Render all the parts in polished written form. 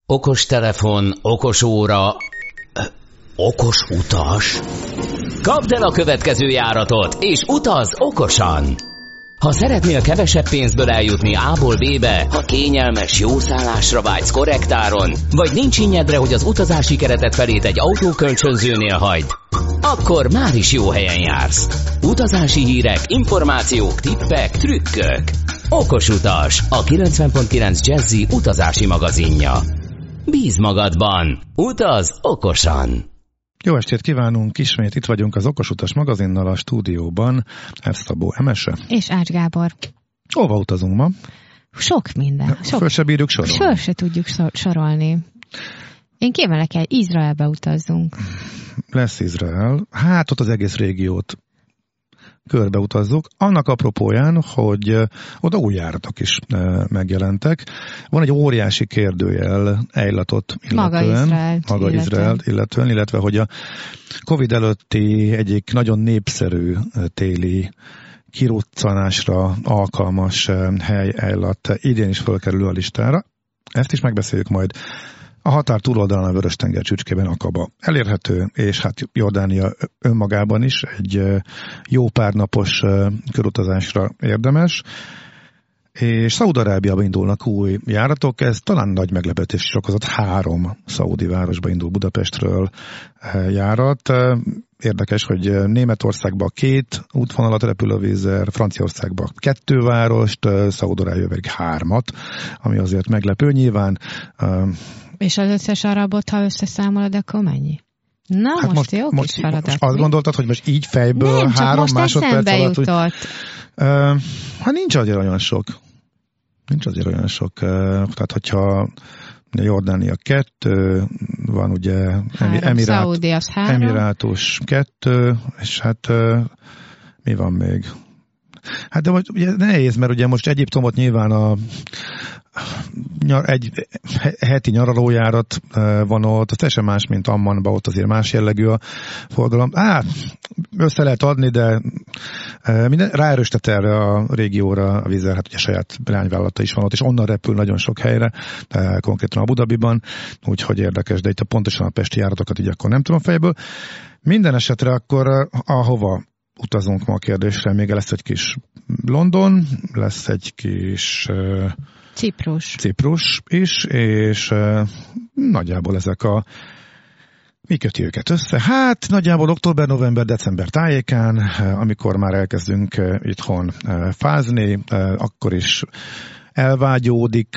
Okos telefon, okos óra, okos utas. Kapd el a következő járatot, és utazz okosan! Ha szeretnél kevesebb pénzből eljutni A-ból B-be, ha kényelmes, jó szállásra vágysz korrektáron, vagy nincs innyedre, hogy az utazási keretet felét egy autókölcsönzőnél hagyd, akkor már is jó helyen jársz. Utazási hírek, információk, tippek, trükkök. Okos utas, a 90.9 Jazzy utazási magazinja. Bízz magadban, utazz okosan! Jó estét kívánunk, ismét itt vagyunk az Okos Utas magazinnal a stúdióban. F. Szabó Emese. És Ács Gábor. Hova utazunk ma? Sok minden. Föl se bírjuk sorolni. Föl se tudjuk sorolni. Én kiemelek el, Izraelbe utazzunk. Lesz Izrael. Hát ott az egész régiót körbeutazzuk. Annak apropóján, hogy oda új járatok is megjelentek. Van egy óriási kérdőjel Eilatot illetően. Maga Izraelt illetően, illetve hogy a Covid előtti egyik nagyon népszerű téli kiruccanásra alkalmas hely Eilat idén is fölkerül a listára. Ezt is megbeszéljük majd. A határ túloldalán a Vörös-tenger csücskében Akaba elérhető, és hát Jordánia önmagában is egy jó pár napos körutazásra érdemes. És Szaúd-Arábiába indulnak új járatok, ez talán nagy meglepetés is okozott, 3 szaúdi városba indul Budapestről járat. Érdekes, hogy Németországban 2 útvonalat repül a Wizz Air, Franciaországban 2 várost, Szaúd-Arábiába pedig 3-at, ami azért meglepő nyilván. És az összes arabot, ha összeszámolod, akkor mennyi? Na, hát most jó kis feladat. Most azt gondoltad, hogy most így fejből nem, 3 másodperc alatt... Jutott. Hát nincs azért olyan sok. Tehát, hogyha Jordánia 2, van ugye Emirátus 2, és hát mi van még? Hát de ugye nehéz, mert ugye most Egyiptomot nyilván egy heti nyaralójárat van ott, az teljesen más, mint Ammanban, ott azért más jellegű a forgalom. Össze lehet adni, de ráerősített erre a régióra a Wizz Air, hát ugye saját lányvállalata is van ott, és onnan repül nagyon sok helyre, konkrétan Abu Dhabiban, úgyhogy érdekes, de itt pontosan a pesti járatokat így akkor nem tudom fejből. Minden esetre akkor ahova utazunk ma a kérdésre, még lesz egy kis London, lesz egy kis Ciprus is, és nagyjából ezek mi köti őket össze? Hát nagyjából október, november, december tájékán, amikor már elkezdünk itthon fázni, akkor is elvágyódik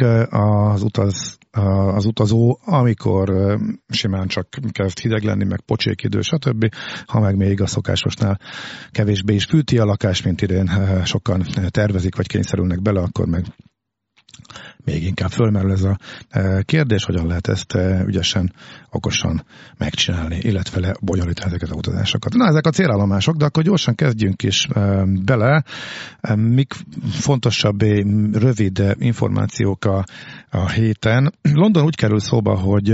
az utazó, amikor simán csak kezd hideg lenni, meg pocsék idő, stb. Ha meg még a szokásosnál kevésbé is fűti a lakás, mint idén sokan tervezik, vagy kényszerülnek bele, akkor meg még inkább fölmerül ez a kérdés, hogyan lehet ezt ügyesen, okosan megcsinálni, illetve lebonyolítani ezeket az utazásokat. Na, ezek a célállomások, de akkor gyorsan kezdjünk is bele. Mik fontosabb, rövid információk a héten. London úgy kerül szóba, hogy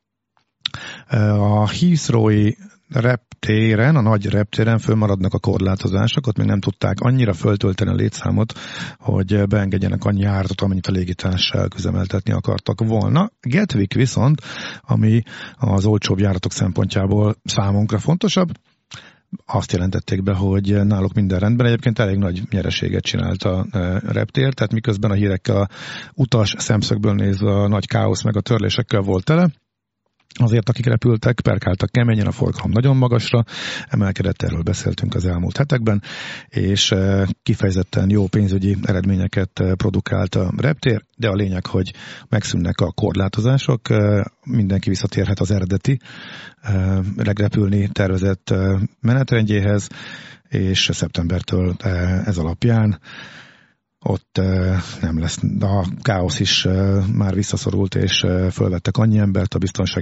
a Heathrow-i reptéren, a nagy reptéren fölmaradnak a korlátozások, ott még nem tudták annyira föltölteni a létszámot, hogy beengedjenek annyi járatot, amennyit a légitársaság üzemeltetni akartak volna. Gatwick viszont, ami az olcsóbb járatok szempontjából számunkra fontosabb, azt jelentették be, hogy náluk minden rendben. Egyébként elég nagy nyereséget csinált a reptér, tehát miközben a hírekkel a utas szemszögből nézve a nagy káosz meg a törlésekkel volt tele, azért, akik repültek, perkáltak keményen, a forgalom nagyon magasra, emelkedett, erről beszéltünk az elmúlt hetekben, és kifejezetten jó pénzügyi eredményeket produkált a reptér, de a lényeg, hogy megszűnnek a korlátozások, mindenki visszatérhet az eredeti repülni tervezett menetrendjéhez, és szeptembertől ez alapján ott nem lesz, de a káosz is már visszaszorult, és fölvettek annyi embert a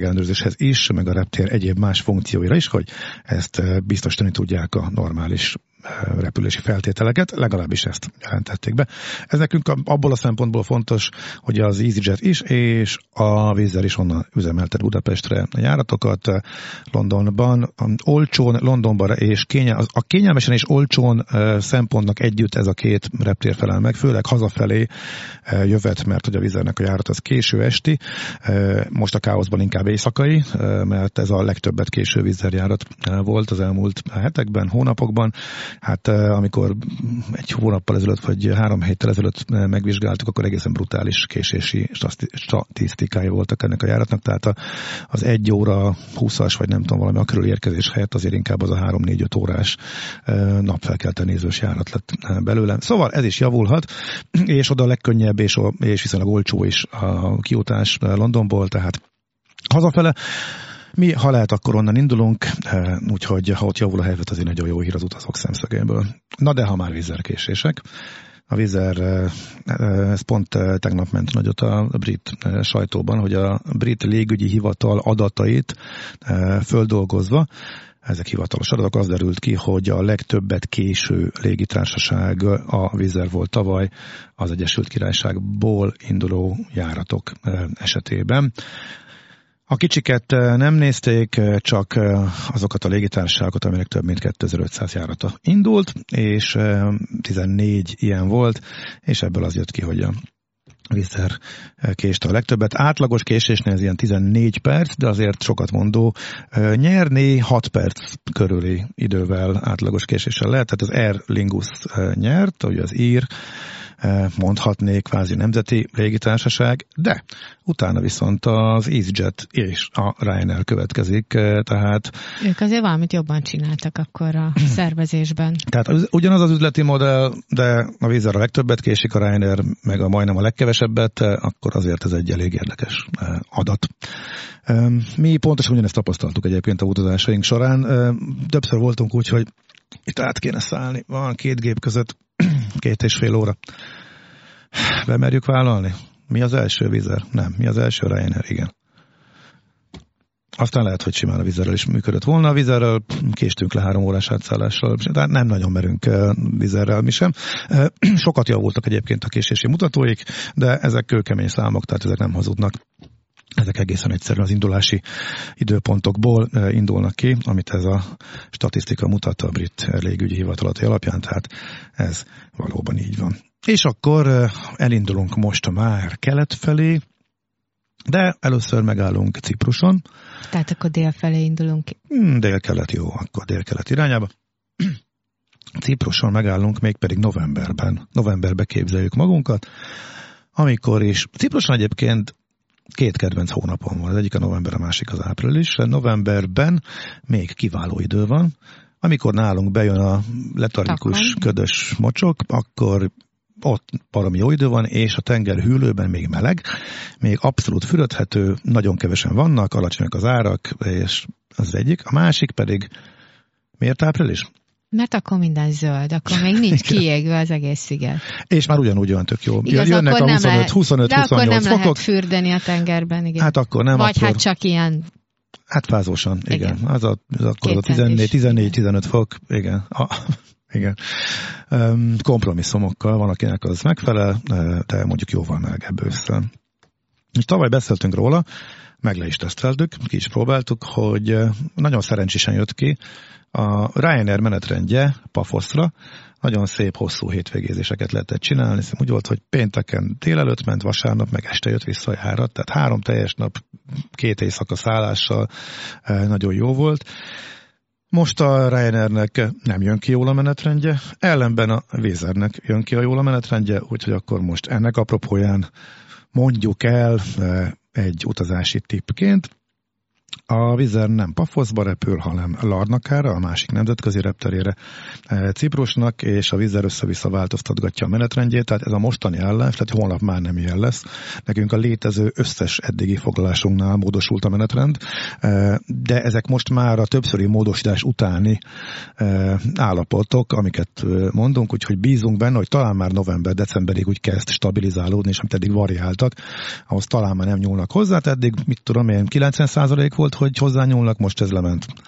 biztonságellenőrzéshez is, meg a reptér egyéb más funkcióira is, hogy ezt biztosítani tudják a normális repülési feltételeket, legalábbis ezt jelentették be. Ez nekünk abból a szempontból fontos, hogy az EasyJet is, és a Wizz Air is onnan üzemeltet Budapestre a járatokat. Londonban, olcsón, Londonban és a kényelmesen és olcsón szempontnak együtt ez a két reptér felel meg, főleg hazafelé jövet, mert hogy a Wizz Airnek a járat az késő esti, most a káoszban inkább éjszakai, mert ez a legtöbbet késő Wizz Air járat volt az elmúlt hetekben, hónapokban. Hát amikor egy hónappal ezelőtt, vagy 3 héttel ezelőtt megvizsgáltuk, akkor egészen brutális késési statisztikái voltak ennek a járatnak, tehát az 1 óra 20-as, vagy nem tudom, valami a körül érkezés helyett azért inkább az a 3-4-5 órás napfelkelte nézős járat lett belőle. Szóval ez is javulhat, és oda a legkönnyebb és viszonylag olcsó is a kijutás Londonból, tehát hazafele. Mi, ha lehet, akkor onnan indulunk, úgyhogy ha ott javul a helyzet, azért nagyon jó hír az utazók szemszögéből. Na de ha már Wizz Air késések. A Wizz Air, ez pont tegnap ment nagyot a brit sajtóban, hogy a brit légügyi hivatal adatait földolgozva, ezek hivatalos adatok, az derült ki, hogy a legtöbbet késő légitársaság a Wizz Air volt tavaly az Egyesült Királyságból induló járatok esetében. A kicsiket nem nézték, csak azokat a légitársaságokat, aminek több mint 2500 járata indult, és 14 ilyen volt, és ebből az jött ki, hogy a Wizz Air késte a legtöbbet. Átlagos késésnél ez ilyen 14 perc, de azért sokat mondó. Nyerni 6 perc körüli idővel átlagos késéssel lehet, tehát az Aer Lingus nyert, ugye az ír, mondhatnék kvázi nemzeti légitársaság, de utána viszont az EasyJet és a Ryanair következik, tehát... Ők azért valamit jobban csináltak akkor a szervezésben. Tehát ugyanaz az üzleti modell, de a Wizz Air a legtöbbet késik, a Ryanair meg majdnem a legkevesebbet, akkor azért ez egy elég érdekes adat. Mi pontosan ugyanezt tapasztaltuk egyébként a utazásaink során. Többször voltunk úgy, hogy itt át kéne szállni, van 2 gép között 2,5 óra. Bemerjük vállalni? Mi az első Wizz Air? Nem. Mi az első Ryanair? Igen. Aztán lehet, hogy simán a Wizz Airrel is működött volna. A Wizz Airrel késtünk le 3 órás átszállással, tehát nem nagyon merünk Wizz Airrel mi sem. Sokat javultak egyébként a késési mutatóik, de ezek kőkemény számok, tehát ezek nem hazudnak. Ezek egészen egyszerűen az indulási időpontokból indulnak ki, amit ez a statisztika mutat a brit légügyi hivatalati alapján, tehát ez valóban így van. És akkor elindulunk most már kelet felé, de először megállunk Cipruson. Tehát akkor dél felé indulunk ki. Dél-kelet, jó, akkor dél-kelet irányába. Cipruson megállunk, mégpedig novemberben. Novemberbe képzeljük magunkat, amikor is Cipruson egyébként 2 kedvenc hónapon van, az egyik a november, a másik az április. Novemberben még kiváló idő van. Amikor nálunk bejön a letargikus ködös mocsok, akkor ott baromi jó idő van, és a tenger hűlőben még meleg, még abszolút fürödhető, nagyon kevesen vannak, alacsonyak az árak, és az egyik. A másik pedig, miért április? Mert akkor minden zöld, akkor még nincs kiégve az egész sziget. És már ugyanúgy olyan tök jó. Igaz, jönnek a 25-28 fokok. De akkor nem lehet fürdeni a tengerben, igen. Hát akkor nem. Vagy akkor... hát csak ilyen... Hát fázósan, igen. Az akkor a 14-15 fok, igen. Igen. Kompromisszumokkal van, akinek az megfelel, de mondjuk jóval melegebb ősszel. És tavaly beszéltünk róla, meg le is teszteltük, ki is próbáltuk, hogy nagyon szerencsésen jött ki a Ryanair menetrendje Pafoszra. Nagyon szép, hosszú hétvégézéseket lehetett csinálni, hiszen úgy volt, hogy pénteken délelőtt ment, vasárnap meg este jött vissza a járat, tehát 3 teljes nap, 2 éjszaka szállással nagyon jó volt. Most a Ryanairnek nem jön ki jól a menetrendje, ellenben a Wizz Airnek jön ki a jól a menetrendje, úgyhogy akkor most ennek apropóján mondjuk el egy utazási tippként. A Wizz Air nem Pafoszba repül, hanem Larnakára, a másik nemzetközi repterére Ciprusnak, és a Wizz Air össze-vissza változtatgatja a menetrendjét, tehát ez a mostani állás, tehát holnap már nem ilyen lesz. Nekünk a létező összes eddigi foglalásunknál módosult a menetrend, de ezek most már a többszöri módosítás utáni állapotok, amiket mondunk, úgyhogy bízunk benne, hogy talán már november-decemberig úgy kezd stabilizálódni, és amit eddig variáltak, ahhoz talán már nem nyúlnak hozzá, eddig, mit tudom én, 90% volt, hogy hozzányúlnak, most ez lement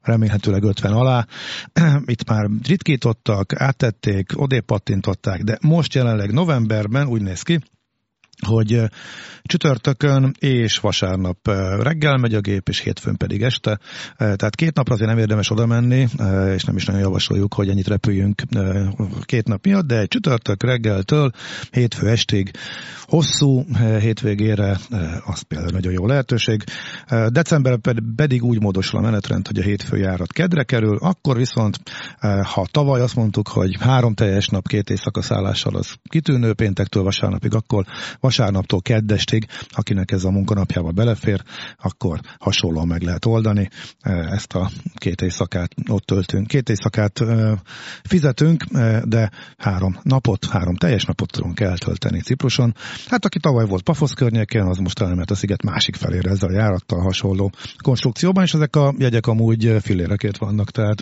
remélhetőleg 50 alá. Itt már ritkítottak, áttették, odébb pattintották, de most jelenleg novemberben úgy néz ki, hogy csütörtökön és vasárnap reggel megy a gép, és hétfőn pedig este. Tehát 2 napra azért nem érdemes oda menni, és nem is nagyon javasoljuk, hogy ennyit repüljünk 2 nap miatt, de egy csütörtök reggeltől hétfő estig hosszú hétvégére az például nagyon jó lehetőség. Decemberben pedig úgy módosul a menetrend, hogy a hétfő járat kedre kerül, akkor viszont, ha tavaly azt mondtuk, hogy 3 teljes nap, 2 éjszaka szállással az kitűnő péntektől vasárnapig, akkor vasárnaptól keddestig, akinek ez a munkanapjába belefér, akkor hasonlóan meg lehet oldani. Ezt a 2 éjszakát ott töltünk. 2 éjszakát fizetünk, de 3 teljes napot tudunk eltölteni Cipruson. Hát aki tavaly volt Pafosz környéken, az most elment a sziget másik felére ezzel a járattal hasonló konstrukcióban, és ezek a jegyek amúgy fillérekért vannak, tehát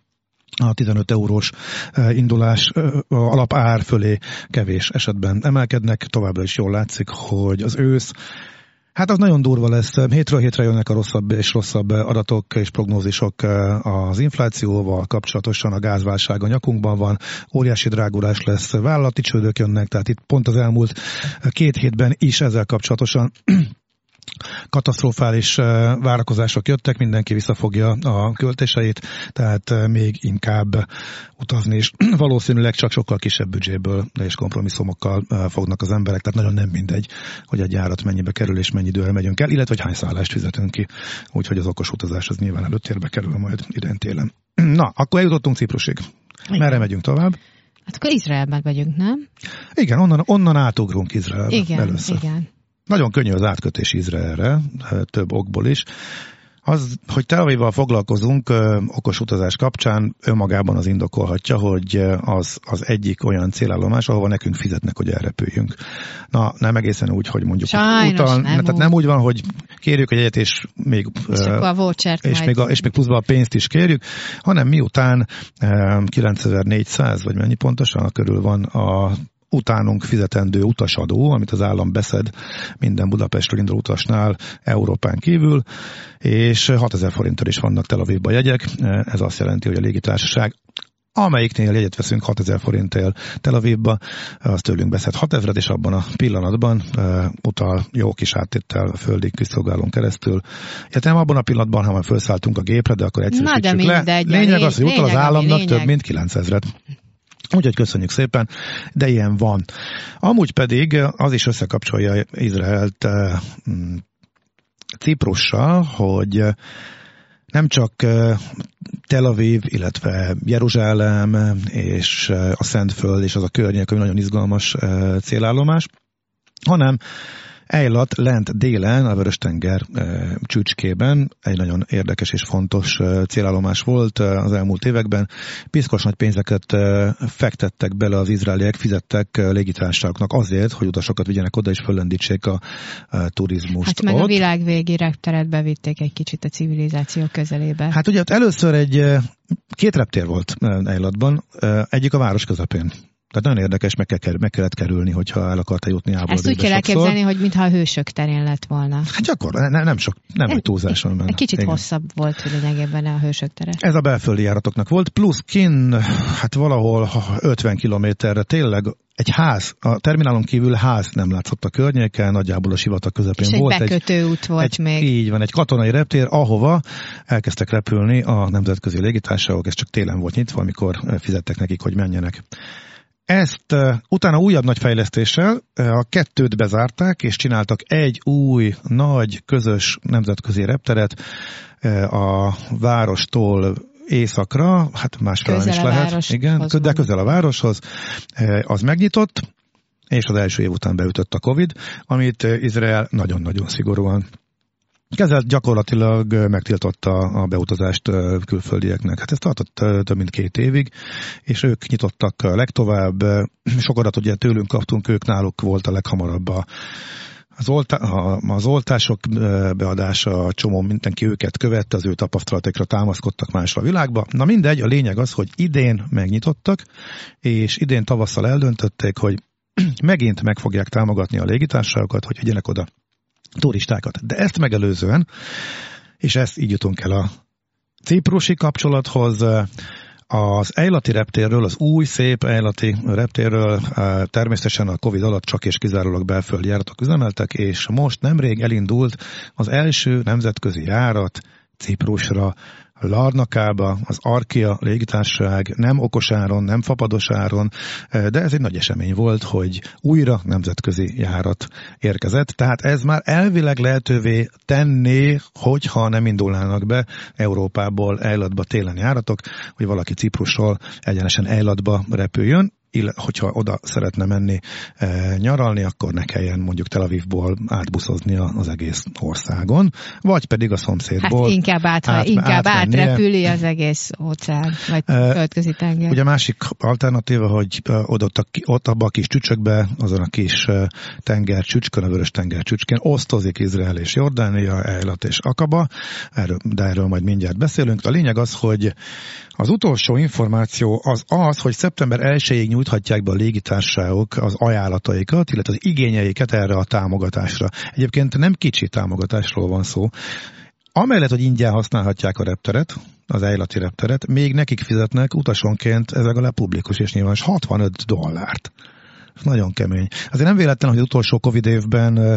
a 15 eurós indulás alapár fölé kevés esetben emelkednek. Továbbra is jól látszik, hogy az ősz, hát az nagyon durva lesz. Hétről hétre jönnek a rosszabb és rosszabb adatok és prognózisok az inflációval kapcsolatosan, a gázválság a nyakunkban van, óriási drágulás lesz, vállalati csődök jönnek, tehát itt pont az elmúlt 2 hétben is ezzel kapcsolatosan katasztrofális várakozások jöttek, mindenki visszafogja a költéseit, tehát még inkább utazni, és valószínűleg csak sokkal kisebb büdzséből és kompromisszumokkal fognak az emberek, tehát nagyon nem mindegy, hogy egy járat mennyibe kerül és mennyi időre megyünk el, illetve hogy hány szállást fizetünk ki, úgyhogy az okos utazás az nyilván előtérbe kerül majd idén télen. Na, akkor eljutottunk Ciprusig. Merre megyünk tovább? Hát akkor Izraelben megyünk, nem? Igen, onnan átugrunk Izraelbe először. Igen. Nagyon könnyű az átkötés Izraelre, több okból is. Az, hogy Tel Avivval foglalkozunk okos utazás kapcsán, önmagában az indokolhatja, hogy az egyik olyan célállomás, ahova nekünk fizetnek, hogy elrepüljünk. Na, nem egészen úgy, hogy mondjuk tehát nem úgy van, hogy kérjük egy egyet, és még és még pluszban a pénzt is kérjük, hanem miután 9400, vagy mennyi pontosan, körül van a utánunk fizetendő utasadó, amit az állam beszed minden Budapestről induló utasnál Európán kívül, és 6000 forinttal is vannak Tel Avivba jegyek. Ez azt jelenti, hogy a légitársaság, amelyiknél jegyet veszünk 6000 forintért Tel Avivba, az tőlünk beszed 6000-et, és abban a pillanatban utal jó kis áttéttel a földi közszolgálón keresztül. Hát nem abban a pillanatban, ha már felszálltunk a gépre, de akkor egyszerűsítsük le. Lényeg az, hogy utal az államnak több mint 9000-et. Úgyhogy köszönjük szépen, de ilyen van. Amúgy pedig az is összekapcsolja Izraelt Ciprussal, hogy nem csak Tel Aviv, illetve Jeruzsálem és a Szentföld és az a környék, ami nagyon izgalmas célállomás, hanem Eilat lent délen, a Vörös-tenger csücskében egy nagyon érdekes és fontos célállomás volt az elmúlt években. Piszkos nagy pénzeket fektettek bele az izraeliek, fizettek légitársaságoknak azért, hogy utasokat vigyenek oda és föllendítsék a turizmust. Hát meg ott a világvégi repteret bevitték egy kicsit a civilizáció közelébe. Hát ugye ott először 2 reptér volt Eilatban, egyik a város közepén. Tehát nagyon érdekes, meg kellett kerülni, hogyha el akarta jutni Ából. Ezt úgy kell elképzelni, hogy mintha a Hősök terén lett volna. Hát gyakor, nem egy túlzáson menne. Egy kicsit igen. Hosszabb volt lényegében a Hősök tere. Ez a belföldi járatoknak volt, plusz kinn, hát valahol 50 kilométerre tényleg egy ház, a terminálon kívül ház nem látszott a környéken, nagyjából a sivatag közepén és volt. És egy bekötőút volt még. Így van, egy katonai reptér, ahova elkezdtek repülni a nemzetközi légitársaságok, ez csak télen volt nyitva, amikor fizettek nekik, hogy menjenek. Ezt utána újabb nagy fejlesztéssel a 2-t bezárták, és csináltak egy új, nagy, közös nemzetközi repteret a várostól északra, hát másfelől is lehet. Igen, de közel a városhoz. Az megnyitott, és az első év után beütött a Covid, amit Izrael nagyon-nagyon szigorúan kezelt, gyakorlatilag megtiltotta a beutazást külföldieknek. Hát ez tartott több mint 2 évig, és ők nyitottak legtovább. Sok adat ugye tőlünk kaptunk, ők náluk volt a leghamarabb az oltások beadása, a csomó mindenki őket követte, az ő tapasztalatékra támaszkodtak másra a világba. Na mindegy, a lényeg az, hogy idén megnyitottak, és idén tavasszal eldöntötték, hogy megint meg fogják támogatni a légitársaságokat, hogy vigyenek oda turistákat. De ezt megelőzően, és ezt így jutunk el a ciprusi kapcsolathoz. Az Eilati reptérről, az új, szép Eilati reptérről természetesen a Covid alatt csak és kizárólag belföldi járatok üzemeltek, és most nemrég elindult az első nemzetközi járat Ciprusra, Larnakába, az Arkia légitársaság, nem okosáron, nem fapadosáron, de ez egy nagy esemény volt, hogy újra nemzetközi járat érkezett, tehát ez már elvileg lehetővé tenné, hogyha nem indulnának be Európából Eilatba télen járatok, hogy valaki Ciprusról egyenesen Eilatba repüljön, hogyha oda szeretne menni nyaralni, akkor ne kelljen mondjuk Tel Avivból átbuszozni az egész országon, vagy pedig a szomszédból. Hát inkább átrepüli az egész óceán, vagy földközi tenger. Ugye a másik alternatíva, hogy ott abban a kis csücsökbe, azon a kis tengercsücskön, a vörös tengercsücskén osztozik Izrael és Jordánia, Eilat és Akaba, de erről majd mindjárt beszélünk. A lényeg az, hogy az utolsó információ az, hogy szeptember 1-ig nyújthatják be a légitársaságok az ajánlataikat, illetve az igényeiket erre a támogatásra. Egyébként nem kicsi támogatásról van szó. Amellett, hogy ingyen használhatják a repteret, az Eilati repteret, még nekik fizetnek utasonként, ez legalább publikus és nyilvános, $65. Nagyon kemény. Azért nem véletlen, hogy az utolsó Covid évben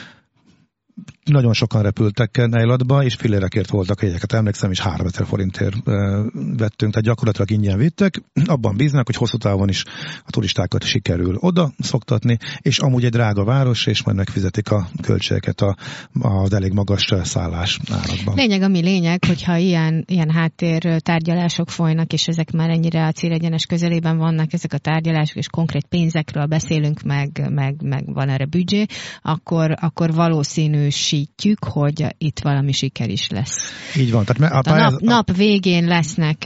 nagyon sokan repültek Eilatba, és fillérekért voltak jegyeket. Emlékszem, és 3000 forintért vettünk, tehát gyakorlatilag ingyen vittek. Abban bíznak, hogy hosszú távon is a turistákat sikerül oda szoktatni, és amúgy egy drága város, és majd megfizetik a költségeket az elég magas szállás árakban. Lényeg, ami lényeg, hogyha ilyen háttér tárgyalások folynak, és ezek már ennyire a célegyenes közelében vannak, ezek a tárgyalások, és konkrét pénzekről beszélünk, meg van erre büdzsé, akkor valószínűsítjük, hogy itt valami siker is lesz. Így van. Tehát a nap végén lesznek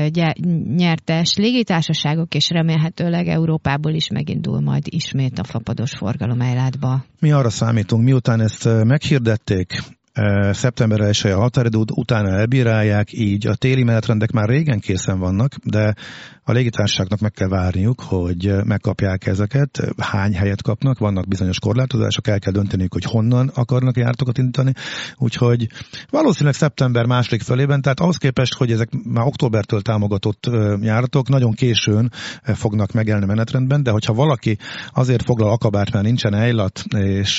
nyertes légitársaságok, és remélhetőleg Európából is megindul majd ismét a fapados forgalom Eilatba. Mi arra számítunk, miután ezt meghirdették, szeptember 1 a határidő, utána elbírálják, így a téli menetrendek már régen készen vannak, de a légitársaságnak meg kell várniuk, hogy megkapják ezeket, hány helyet kapnak, vannak bizonyos korlátozások, el kell dönteniük, hogy honnan akarnak járatokat indítani, úgyhogy valószínűleg szeptember második felében, tehát ahhoz képest, hogy ezek már októbertől támogatott járatok nagyon későn fognak megjelenni menetrendben, de hogyha valaki azért foglal Akabát, mert nincsen Eilat, és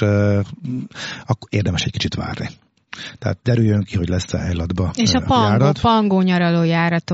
akkor érdemes egy kicsit várni. Tehát derüljön ki, hogy lesz-e Eilatba és a pangó nyaraló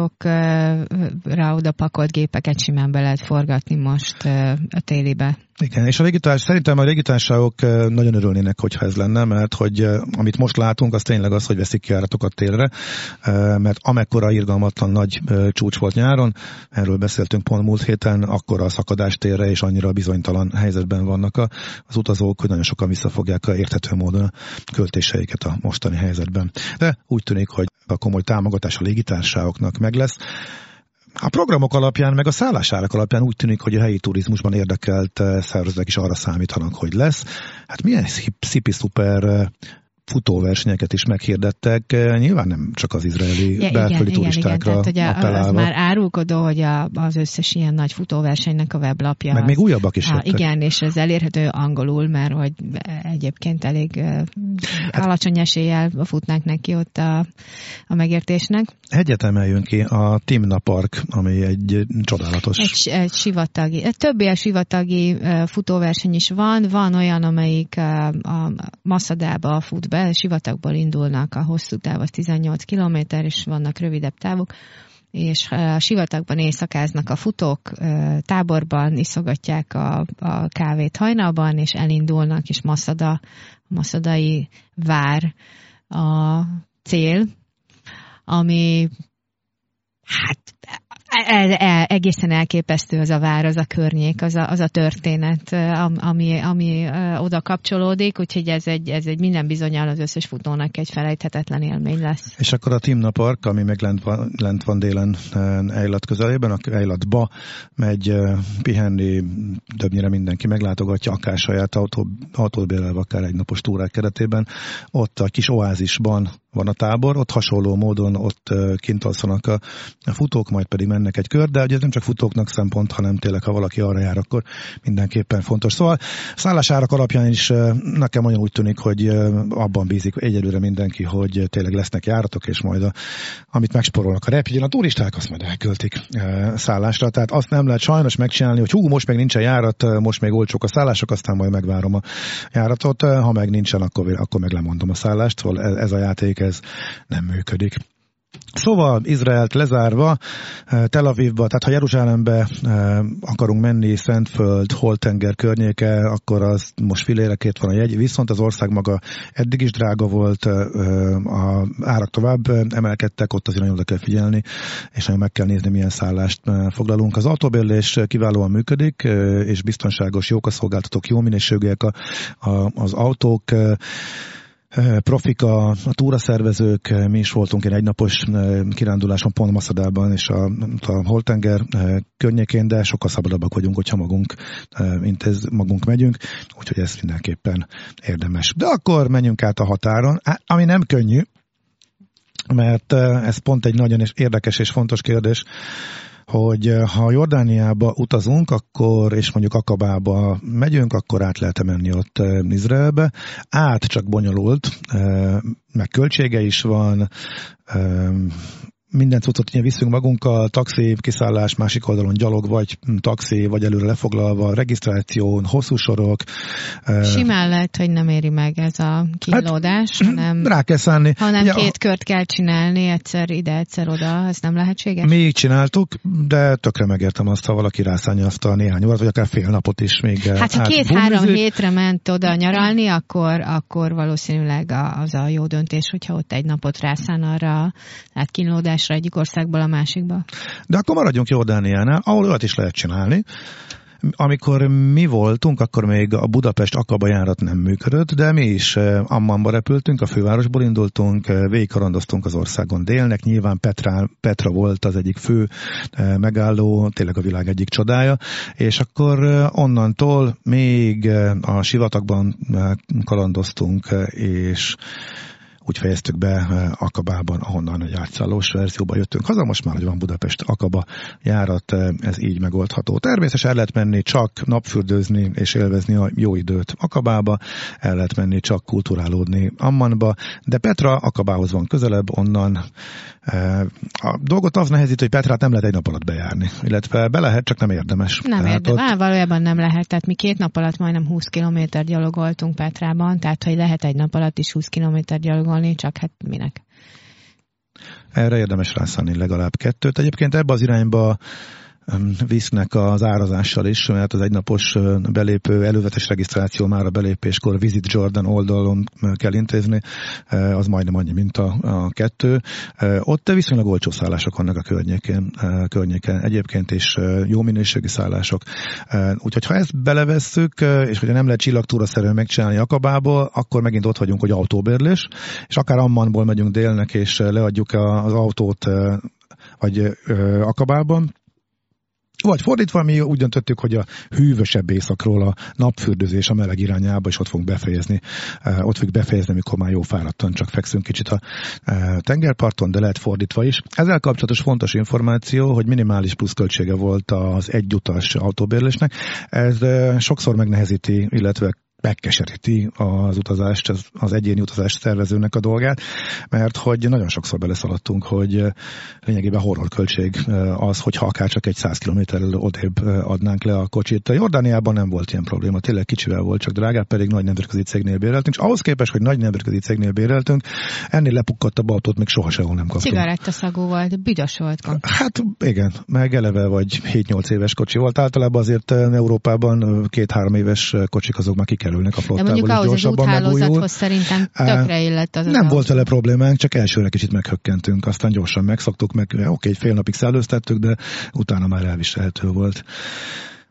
járatokra oda pakolt gépeket simán be lehet forgatni most a télibe. Igen, és szerintem a légitársaságok nagyon örülnének, hogyha ez lenne, mert hogy amit most látunk, az tényleg az, hogy veszik ki járatokat télre, mert amekkora irgalmatlan nagy csúcs volt nyáron, erről beszéltünk pont múlt héten, akkora a szakadás térre, és annyira bizonytalan helyzetben vannak az utazók, hogy nagyon sokan visszafogják érthető módon a költéseiket a mostani helyzetben. De úgy tűnik, hogy a komoly támogatás a légitársaságoknak meg lesz. A programok alapján, meg a szállásárak alapján úgy tűnik, hogy a helyi turizmusban érdekelt szervezetek is arra számítanak, hogy lesz. Hát milyen szipi-szuper futóversenyeket is meghirdettek, nyilván nem csak az izraeli belföldi turistákra appellálva. Az már árulkodó, hogy az összes ilyen nagy futóversenynek a weblapja. Meg még újabbak is jöttek. Igen, és ez elérhető angolul, mert hogy egyébként elég alacsony eséllyel futnák neki ott a megértésnek. Egyet emeljünk ki, a Timna Park, ami egy csodálatos... Egy sivatagi, több ilyen sivatagi futóverseny is van olyan, amelyik a Massadába fut be, sivatagból indulnak, a hosszú táv az 18 kilométer, és vannak rövidebb távok, és a sivatagban éjszakáznak a futók, táborban iszogatják a kávét hajnalban, és elindulnak, és Massadai vár a cél, ami hát egészen elképesztő az a vár, az a környék, az a történet, ami oda kapcsolódik, úgyhogy ez egy minden bizonnyal az összes futónak egy felejthetetlen élmény lesz. És akkor a Timna Park, ami meg lent van délen Eilat közelében, Eilatba megy pihenni, többnyire mindenki meglátogatja, akár saját autót bérelve, akár egynapos túrák keretében. Ott a kis oázisban van a tábor, ott hasonló módon ott kint alszanak a futók, majd pedig mennek egy kör, de ugye ez nem csak futóknak szempont, hanem tényleg, ha valaki arra jár, akkor mindenképpen fontos. Szóval szállásárak alapján is nekem olyan úgy tűnik, hogy abban bízik egyelőre mindenki, hogy tényleg lesznek járatok, és majd amit megsporolnak a repjegyen, a turisták azt majd elköltik szállásra, tehát azt nem lehet sajnos megcsinálni, hogy most meg nincsen járat, most még olcsók a szállások, aztán majd megvárom a járatot, ha meg nincsen, akkor meg lemondom a szállást, szóval ez a játék ez nem működik. Szóval Izraelt lezárva, Tel Avivba, tehát ha Jeruzsálembe akarunk menni, Szentföld, Holtenger környéke, akkor az most filérekért van a jegy, viszont az ország maga eddig is drága volt, a árak tovább emelkedtek, ott azért nagyon oda kell figyelni, és nagyon meg kell nézni, milyen szállást foglalunk. Az autóbérlés kiválóan működik, és biztonságos, jók a szolgáltatók, jó minőségűek az autók, profika, a túraszervezők, mi is voltunk egy egynapos kiránduláson pont Maszadában és a Holtenger környékén, de sokkal szabadabbak vagyunk, hogyha magunk megyünk, úgyhogy ez mindenképpen érdemes. De akkor menjünk át a határon, ami nem könnyű, mert ez pont egy nagyon érdekes és fontos kérdés, hogy ha Jordániába utazunk, akkor, és mondjuk Akabába megyünk, akkor át lehet menni ott Izraelbe. Át csak bonyolult, meg költsége is van, minden cuccot viszünk magunkkal, taxi, kiszállás, másik oldalon gyalog, vagy taxi, vagy előre lefoglalva, regisztráció, hosszú sorok. Simán lehet, hogy nem éri meg ez a kínlódás, hanem rá kell szállni. Hanem ugye, két kört kell csinálni, egyszer ide, egyszer oda, ez nem lehetséges? Mi így csináltuk, de tökre megértem azt, ha valaki rászállja azt a néhány órát, vagy akár fél napot is még. Hát ha 2-3 hétre ment oda nyaralni, akkor valószínűleg az a jó döntés, hogyha ott egy napot rászán arra, hát kínlódás egyik országból a másikba. De akkor maradjunk Jordániánál, ahol olyat is lehet csinálni. Amikor mi voltunk, akkor még a Budapest-Akaba járat nem működött, de mi is Ammanba repültünk, a fővárosból indultunk, végigkarandoztunk az országon délnek, nyilván Petra volt az egyik fő megálló, tényleg a világ egyik csodája, és akkor onnantól még a sivatagban kalandoztunk, és úgy fejeztük be Akabában, ahonnan egy átszállós verzióba jöttünk haza, most már, hogy van Budapest-Akaba járat, ez így megoldható. Természetesen el lehet menni csak napfürdőzni és élvezni a jó időt Akabába, el lehet menni csak kulturálódni Ammanba, de Petra Akabához van közelebb, onnan a dolgot az nehezít, hogy Petrát nem lehet egy nap alatt bejárni, illetve be lehet, csak nem érdemes. Nem érdemes, valójában nem lehet, tehát mi 2 nap alatt majdnem 20 kilométer gyalogoltunk Petrában, tehát hogy lehet egy nap alatt is 20 kilométer gyalogolni, csak hát minek? Erre érdemes rászállni legalább 2. Egyébként ebbe az irányba visznek az árazással is, mert az egynapos belépő, előzetes regisztráció már a belépéskor Visit Jordan oldalon kell intézni, az majdnem annyi, mint a 2. Ott viszonylag olcsó szállások vannak a környéken. Egyébként is jó minőségű szállások. Úgyhogy ha ezt belevesszük, és hogyha nem lehet csillagtúraszerűen megcsinálni Akabából, akkor megint ott vagyunk, hogy autóbérlés, és akár Ammanból megyünk délnek, és leadjuk az autót vagy Akabában, vagy fordítva, mi úgy döntöttük, hogy a hűvösebb éjszakról a napfürdőzés a meleg irányába, és ott fogunk befejezni, amikor már jó fáradtan csak fekszünk kicsit a tengerparton, de lehet fordítva is. Ezzel kapcsolatos fontos információ, hogy minimális pluszköltsége volt az egyutas autóbérlésnek. Ez sokszor megnehezíti, illetve megkeseríti az utazást, az egyéni utazás szervezőnek a dolgát, mert hogy nagyon sokszor beleszaladtunk, hogy lényegében horrorköltség az, hogyha akár csak egy 100 kilométerrel odébb adnánk le a kocsit. Jordániában nem volt ilyen probléma, tényleg kicsivel volt, csak drágább, pedig nagy nemzetközi cégnél béreltünk, és ahhoz képest, hogy nagy nemzetközi cégnél béreltünk, ennél lepukkadtabb autót még soha sehol nem kaptunk. Cigarettaszagú volt, büdös volt. Hát igen, meg eleve vagy 7-8 éves kocsi volt. Általában azért Európában 2-3 éves kocsik azok már kikerülnek a flottából, és gyorsabban megújul. De mondjuk ahhoz az úthálózathoz szerintem tökre illett az. Nem volt vele problémánk, csak elsőre kicsit meghökkentünk, aztán gyorsan megszoktuk, meg oké, egy fél napig szellőztettük, de utána már elviselhető volt.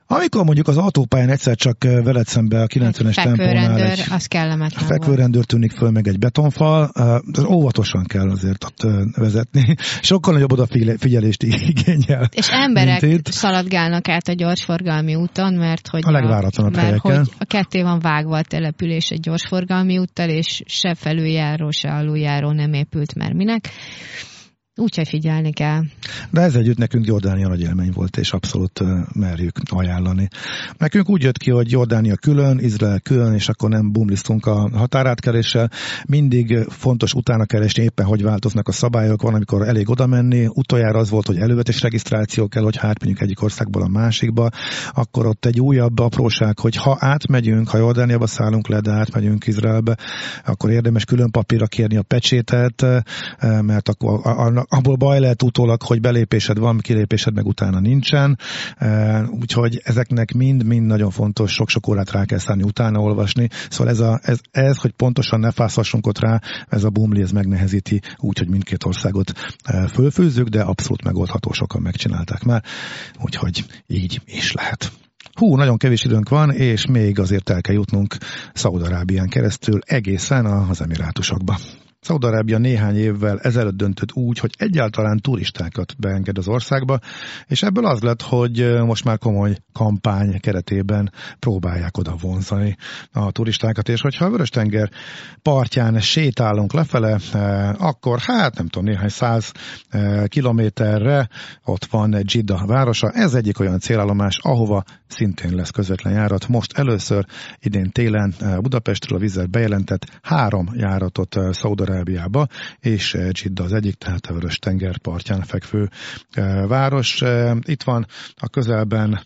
Amikor mondjuk az autópályán egyszer csak veled szembe a 90-es tempónál az kellemetlen fekvőrendőr tűnik föl, meg egy betonfal, óvatosan kell azért ott vezetni. Sokkal nagyobb odafigyelést igényel. És emberek szaladgálnak át a gyorsforgalmi úton, mert hogy a legváratlanabb helyeken. Hogy a ketté van vágva a település egy gyorsforgalmi úttal, és se felüljáró, se aluljáró nem épült, mert minek. Úgyhogy figyelni kell. De ez együtt nekünk Jordánia nagy élmény volt, és abszolút merjük ajánlani. Nekünk úgy jött ki, hogy Jordánia külön, Izrael külön, és akkor nem bumlisztunk a határátkeléssel. Mindig fontos utána keresni éppen, hogy változnak a szabályok. Van, amikor elég oda menni. Utoljára az volt, hogy előzetes regisztráció kell, hogy átmenjünk egyik országból a másikba. Akkor ott egy újabb apróság, hogy ha átmegyünk, ha Jordániába szállunk le, de átmegyünk Izraelbe, akkor érdemes külön papírra kérni a pecsétet, mert akkor abból baj lehet utólag, hogy belépésed van, kilépésed meg utána nincsen, úgyhogy ezeknek mind nagyon fontos, sok-sok órát rá kell szállni, utána olvasni, szóval ez hogy pontosan ne fászhassunk ott rá, ez a bumli, ez megnehezíti úgy, hogy mindkét országot fölfűzzük, de abszolút megoldható, sokan megcsinálták már, úgyhogy így is lehet. Nagyon kevés időnk van, és még azért el kell jutnunk Szaúd-Arábián keresztül egészen az Emirátusokba. Szaúd-Arábia néhány évvel ezelőtt döntött úgy, hogy egyáltalán turistákat beenged az országba, és ebből az lett, hogy most már komoly kampány keretében próbálják oda vonzani a turistákat, és hogyha a Vörös-tenger partján sétálunk lefele, akkor nem tudom, néhány 100 kilométerre ott van Dzsidda városa. Ez egyik olyan célállomás, ahova szintén lesz közvetlen járat. Most először idén télen Budapestről a Wizz bejelentett 3 járatot Szaúd-Arábiába, és Dzsidda az egyik, tehát a Vörös-tenger partján fekvő város. Itt van a közelben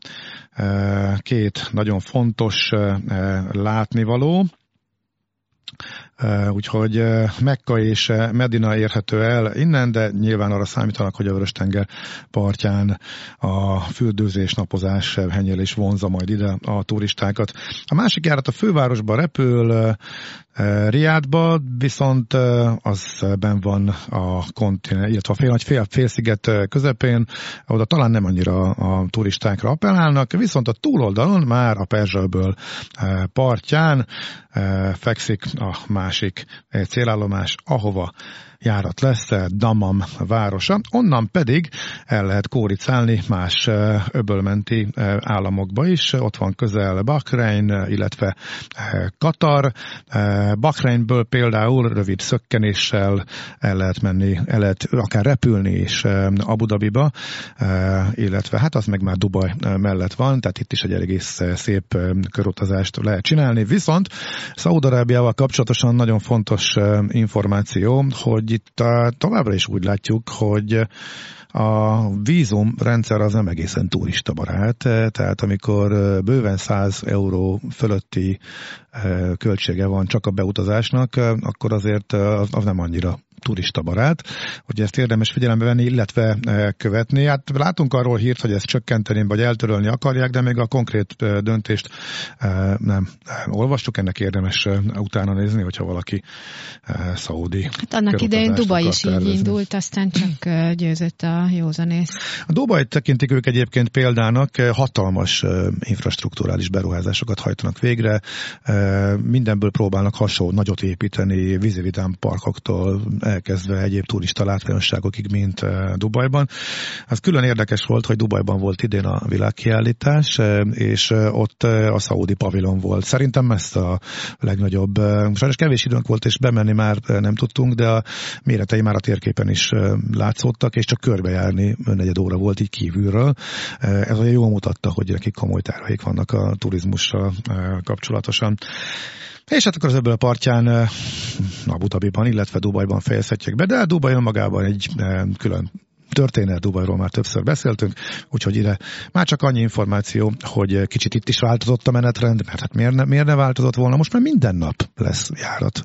2 nagyon fontos látnivaló, úgyhogy Mekka és Medina érhető el innen, de nyilván arra számítanak, hogy a Vörös-tenger partján a fürdőzés, napozás, henyelés vonzza majd ide a turistákat. A másik járat a fővárosba repül, Riádba, viszont az benn van a kontinens, illetve a félsziget közepén, oda talán nem annyira a turistákra appellálnak, viszont a túloldalon már a Perzsa-öböl partján fekszik a másik célállomás, ahova járat lesz, Dammam városa. Onnan pedig el lehet kóricálni más öbölmenti államokba is. Ott van közel Bahrein, illetve Katar. Bahreinből például rövid szökkenéssel el lehet menni, el lehet akár repülni is Abu Dhabiba, illetve az meg már Dubaj mellett van, tehát itt is egy egész szép körutazást lehet csinálni. Viszont Szaúd-Arábiával kapcsolatosan nagyon fontos információ, hogy itt továbbra is úgy látjuk, hogy a vízumrendszer az nem egészen turistabarát, tehát amikor bőven 100 euró fölötti költsége van csak a beutazásnak, akkor azért az nem annyira turistabarát, hogy ezt érdemes figyelembe venni, illetve követni. Látunk arról hírt, hogy ezt csökkenteni, vagy eltörölni akarják, de még a konkrét döntést nem olvastuk, ennek érdemes utána nézni, hogyha valaki szaúdi annak idején Dubaj is így indult, aztán csak győzött a józanész. A Dubajt tekintik ők egyébként példának, hatalmas infrastrukturális beruházásokat hajtanak végre, mindenből próbálnak hasonló nagyot építeni, vízividám parkoktól elkezdve egyéb turista látványosságokig, mint Dubajban. Az külön érdekes volt, hogy Dubajban volt idén a világkiállítás, és ott a szaúdi pavilon volt. Szerintem ez a legnagyobb. Sajnos kevés időnk volt, és bemenni már nem tudtunk, de a méretei már a térképen is látszottak, és csak körbejárni 4 óra volt így kívülről. Ez olyan jól mutatta, hogy nekik komoly terveik vannak a turizmussal kapcsolatosan. És akkor az öböl partján Abu Dhabiban, illetve Dubajban fejezhetjük be, de Dubaj önmagában egy külön történet, Dubajról már többször beszéltünk, úgyhogy ide már csak annyi információ, hogy kicsit itt is változott a menetrend, mert miért ne változott volna, most már minden nap lesz járat.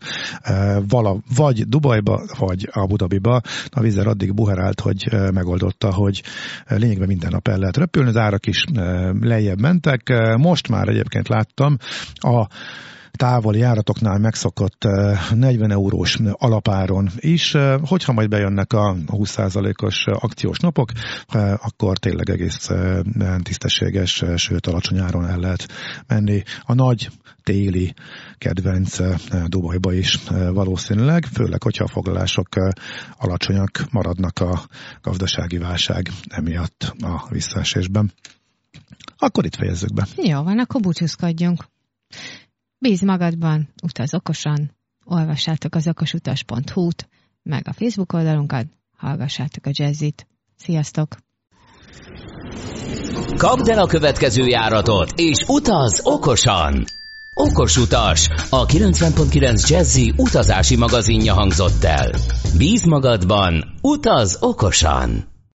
Vagy Dubajba, vagy Abu Dhabiba. A Wizz Air addig buherált, hogy megoldotta, hogy lényegben minden nap el lehet repülni, az árak is lejjebb mentek. Most már egyébként láttam a távoli járatoknál megszokott 40 eurós alapáron is, hogyha majd bejönnek a 20%-os akciós napok, akkor tényleg egész tisztességes, sőt alacsony áron el lehet menni. A nagy téli kedvenc Dubajba is valószínűleg, főleg, hogyha a foglalások alacsonyak maradnak a gazdasági válság emiatt a visszaesésben. Akkor itt fejezzük be. Jó van, akkor búcsúzkodjunk. Bízz magadban, utaz okosan, olvassátok az okosutas.hu-t, meg a Facebook oldalunkat, hallgassátok a Jazzit. Sziasztok! Kapd el a következő járatot, és utaz okosan! Okos utas, a 90.9 Jazzy utazási magazinja hangzott el. Bízz magadban, utaz okosan!